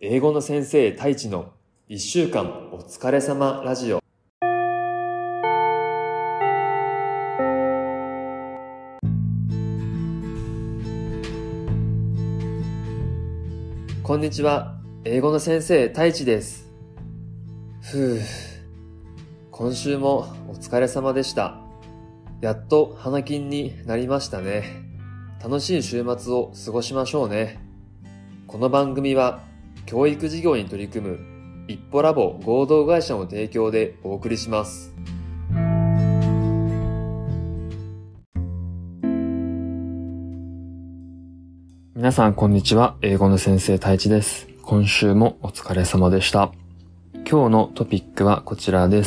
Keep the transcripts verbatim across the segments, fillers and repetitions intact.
英語の先生太一のいっしゅうかんお疲れ様ラジオ。こんにちは、英語の先生太一です。ふう、今週もお疲れ様でした。やっと花金になりましたね。楽しい週末を過ごしましょうね。この番組は教育事業に取り組む一歩ラボ合同会社の提供でお送りします。皆さんこんにちは、英語の先生太一です。今週もお疲れ様でした。今日のトピックはこちらです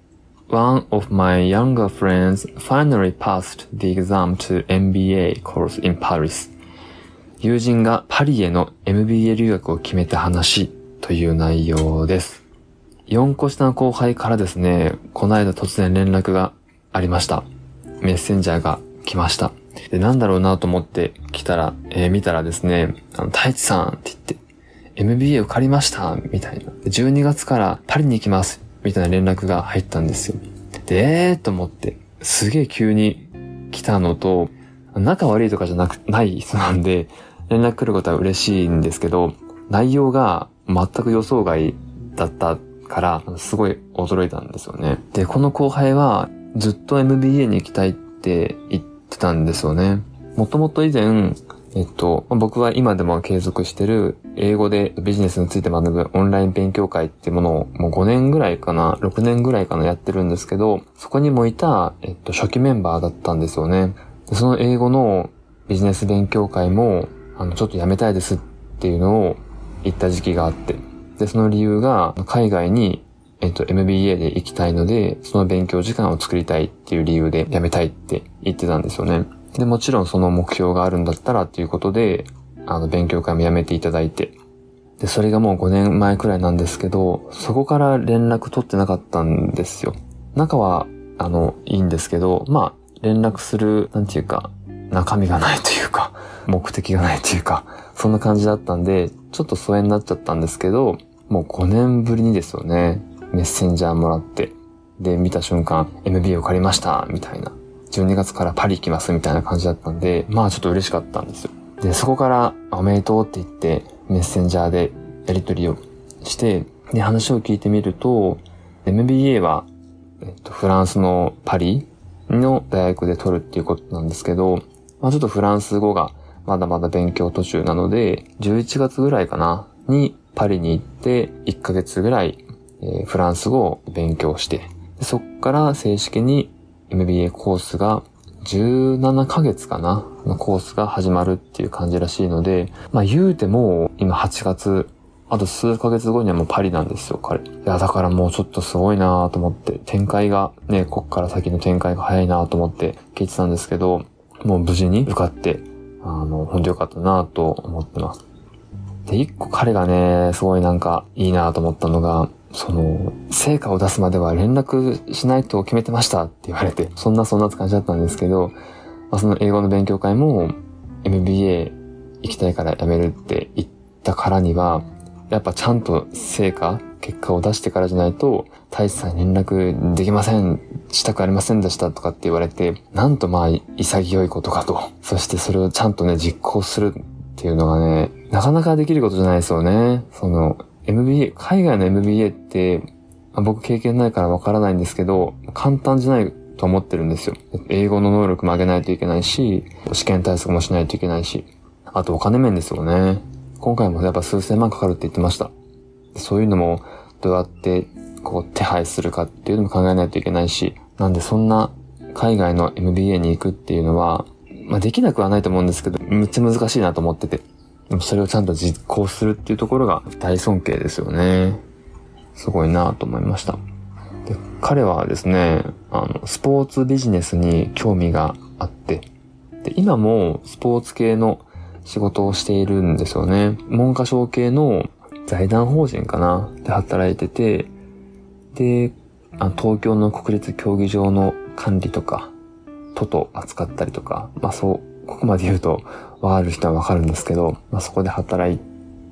。One of my younger friends finally passed the exam toエムビーエー course in Paris. 友人がパリへの エムビーエー 留学を決めた話という内容です。よんこ下の後輩からですね、この間突然連絡がありました。メッセンジャーが来ました。で、なんだろうなと思って来たら、えー、見たらですね、あの、太一さんって言って、エムビーエー 受かりましたみたいな。じゅうにがつからパリに行きますみたいな連絡が入ったんですよ。で、えーと思って、すげえ急に来たのと、仲悪いとかじゃなく、ない人なんで、連絡来ることは嬉しいんですけど、内容が全く予想外だったから、すごい驚いたんですよね。で、この後輩はずっと エムビーエー に行きたいって言ってたんですよね。もともと以前、えっと、僕は今でも継続してる英語でビジネスについて学ぶオンライン勉強会っていうものをもうごねんぐらいかな、ろくねんぐらいかなやってるんですけど、そこにもいた、えっと、初期メンバーだったんですよね。でその英語のビジネス勉強会も、あの、ちょっとやめたいですっていうのを言った時期があって、で、その理由が海外に、えっと、エムビーエー で行きたいので、その勉強時間を作りたいっていう理由でやめたいって言ってたんですよね。で、もちろんその目標があるんだったらっていうことで、あの、勉強会もやめていただいて。で、それがもうごねんまえくらいなんですけど、そこから連絡取ってなかったんですよ。仲は、あの、いいんですけど、まあ、連絡する、なんていうか、中身がないというか、目的がないというか、そんな感じだったんで、ちょっと疎遠になっちゃったんですけど、もうごねんぶりにですよね、メッセンジャーもらって、で、見た瞬間、エムビーエー 受かりました、みたいな。じゅうにがつからパリ行きますみたいな感じだったんで、まあちょっと嬉しかったんですよ。で、そこからおめでとうって言ってメッセンジャーでやり取りをして、で、話を聞いてみると、エムビーエー は、えっと、フランスのパリの大学で取るっていうことなんですけど、まあちょっとフランス語がまだまだ勉強途中なので、じゅういちがつぐらいかな、にパリに行って、いっかげつぐらい、えー、フランス語を勉強して、でそっから正式にエムビーエー コースがじゅうななかげつかなのコースが始まるっていう感じらしいので、まあ言うても今はちがつ、あと数ヶ月後にはもうパリなんですよ、彼。いや、だからもうちょっとすごいなと思って、展開がね、こっから先の展開が早いなと思って聞いてたんですけど、もう無事に受かって、あの、ほんとよかったなと思ってます。で、一個彼がね、すごいなんかいいなと思ったのが、その、成果を出すまでは連絡しないと決めてましたって言われて、そんなそんなって感じだったんですけど、まあ、その英語の勉強会も エムビーエー 行きたいから辞めるって言ったからには、やっぱちゃんと成果、結果を出してからじゃないと、太一さんに連絡できません、したくありませんでしたとかって言われて、なんとまあ潔いことかと。そしてそれをちゃんとね、実行するっていうのがね、なかなかできることじゃないですよね。その、エムビーエー、海外の エムビーエーって、まあ、僕経験ないからわからないんですけど、簡単じゃないと思ってるんですよ。英語の能力も上げないといけないし、試験対策もしないといけないし、あとお金面ですよね。今回もやっぱ数千万かかるって言ってました。そういうのもどうやってこう手配するかっていうのも考えないといけないし、なんでそんな海外の エムビーエー に行くっていうのは、まあできなくはないと思うんですけど、めっちゃ難しいなと思ってて。でもそれをちゃんと実行するっていうところが大尊敬ですよね。すごいなと思いました。で、彼はですね、あの、スポーツビジネスに興味があって、で、今もスポーツ系の仕事をしているんですよね。文科省系の財団法人かなで働いてて、で、あの東京の国立競技場の管理とか、都と扱ったりとか、まあそう、ここまで言うとわかる人はわかるんですけど、まあそこで働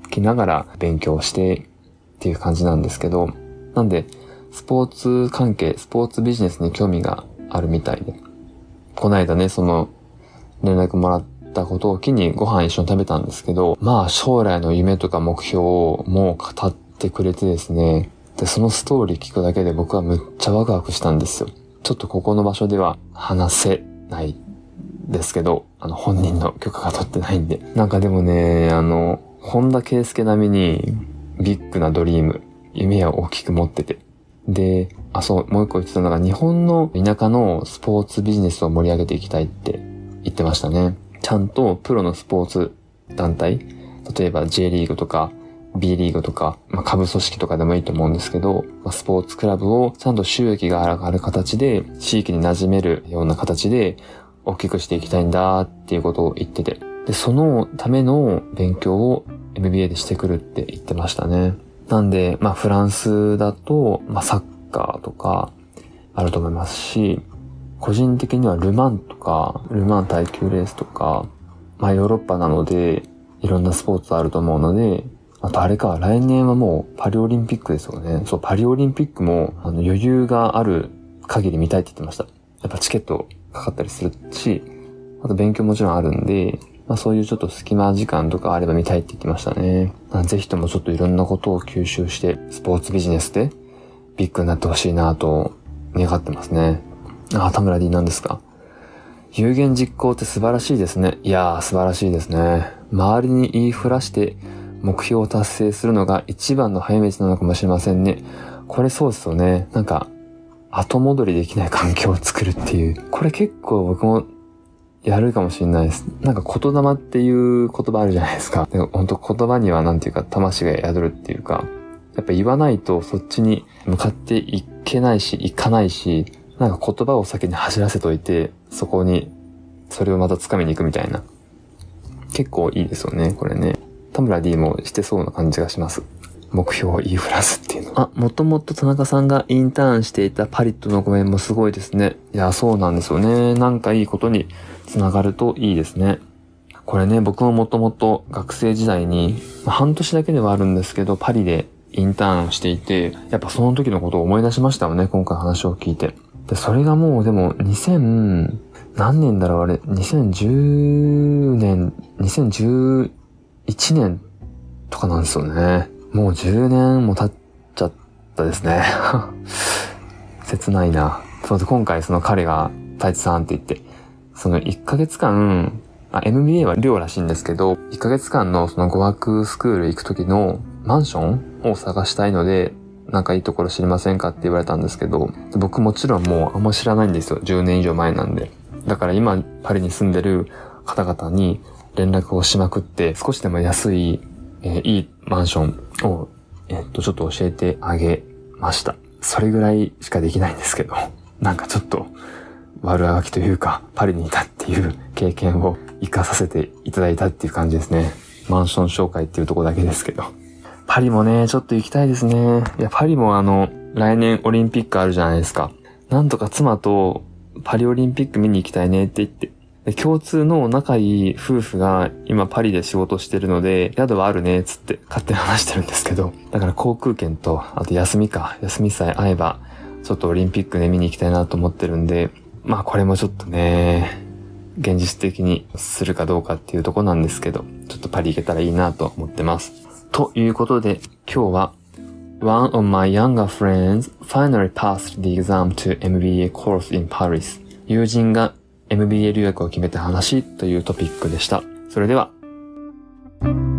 きながら勉強してっていう感じなんですけど、なんでスポーツ関係、スポーツビジネスに興味があるみたいで、こないだね、その連絡もらったことを機にご飯一緒に食べたんですけど、まあ将来の夢とか目標をもう語ってくれてですね、で、そのストーリー聞くだけで僕はむっちゃワクワクしたんですよ。ちょっとここの場所では話せないですけど、あの本人の許可が取ってないんで。なんかでもね、あの、本田圭佑並みにビッグなドリーム、夢を大きく持ってて。で、あ、そう、もう一個言ってたのが、日本の田舎のスポーツビジネスを盛り上げていきたいって言ってましたね。ちゃんとプロのスポーツ団体、例えば J リーグとか B リーグとか、まあ、下部組織とかでもいいと思うんですけど、まあ、スポーツクラブをちゃんと収益が上がる形で、地域に馴染めるような形で大きくしていきたいんだっていうことを言ってて、で、そのための勉強を エムビーエー でしてくるって言ってましたね。なんで、まあフランスだと、まあサッカーとかあると思いますし、個人的にはルマンとか、ルマン耐久レースとか、まあヨーロッパなので、いろんなスポーツあると思うので、あとあれか、来年はもうパリオリンピックですよね。そう、パリオリンピックもあの余裕がある限り見たいって言ってました。やっぱチケットかかったりするし、あと勉強もちろんあるんで、まあそういうちょっと隙間時間とかあれば見たいって言ってましたね。ぜひともちょっといろんなことを吸収して、スポーツビジネスでビッグになってほしいなと願ってますね。あ、田村 D なんですか。有言実行って素晴らしいですね。いやー素晴らしいですね。周りに言いふらして目標を達成するのが一番の早道なのかもしれませんね。これそうですよね。なんか後戻りできない環境を作るっていう。これ結構僕もやるかもしれないです。なんか言霊っていう言葉あるじゃないですか。でも本当言葉にはなんていうか魂が宿るっていうか、やっぱ言わないとそっちに向かっていけないし、いかないし、なんか言葉を先に走らせといて、そこにそれをまた掴みに行くみたいな。結構いいですよね、これね。田村 D もしてそうな感じがします。目標を言いふらすっていうの。あ、もともと田中さんがインターンしていたパリットのコメンもすごいですね。いや、そうなんですよね。なんかいいことにつながるといいですね。これね、僕ももともと学生時代に、まあ、半年だけではあるんですけど、パリでインターンをしていて、やっぱその時のことを思い出しましたよね、今回話を聞いて。で、それがもうでもにせん、何年だろうあれ、にせんじゅうねん、にせんじゅういちねんとかなんですよね。もうじゅうねんも経っちゃったですね。切ないな。そうで、今回その彼が太一さんって言って、そのいっかげつかん、あ、エムビーエー は寮らしいんですけど、いっかげつかんのその語学スクール行く時のマンションを探したいので、なんかいいところ知りませんかって言われたんですけど、僕もちろんもうあんま知らないんですよ。じゅうねん以上前なんで。だから今パリに住んでる方々に連絡をしまくって、少しでも安い、えー、いいマンションを、えー、っと、ちょっと教えてあげました。それぐらいしかできないんですけど、なんかちょっと悪あがきというか、パリにいたっていう経験を活かさせていただいたっていう感じですね。マンション紹介っていうところだけですけど。パリもね、ちょっと行きたいですね。いや、パリもあの、来年オリンピックあるじゃないですか。なんとか妻とパリオリンピック見に行きたいねって言って。で、共通の仲いい夫婦が今パリで仕事してるので、宿はあるね、つって勝手に話してるんですけど。だから航空券と、あと休みか。休みさえ合えば、ちょっとオリンピックね、見に行きたいなと思ってるんで、まあこれもちょっとね、現実的にするかどうかっていうとこなんですけど、ちょっとパリ行けたらいいなと思ってます。ということで、今日は One of my younger friends finally passed the exam to エムビーエー course in Paris. 友人が エムビーエー 留学を決めた話というトピックでした。それでは。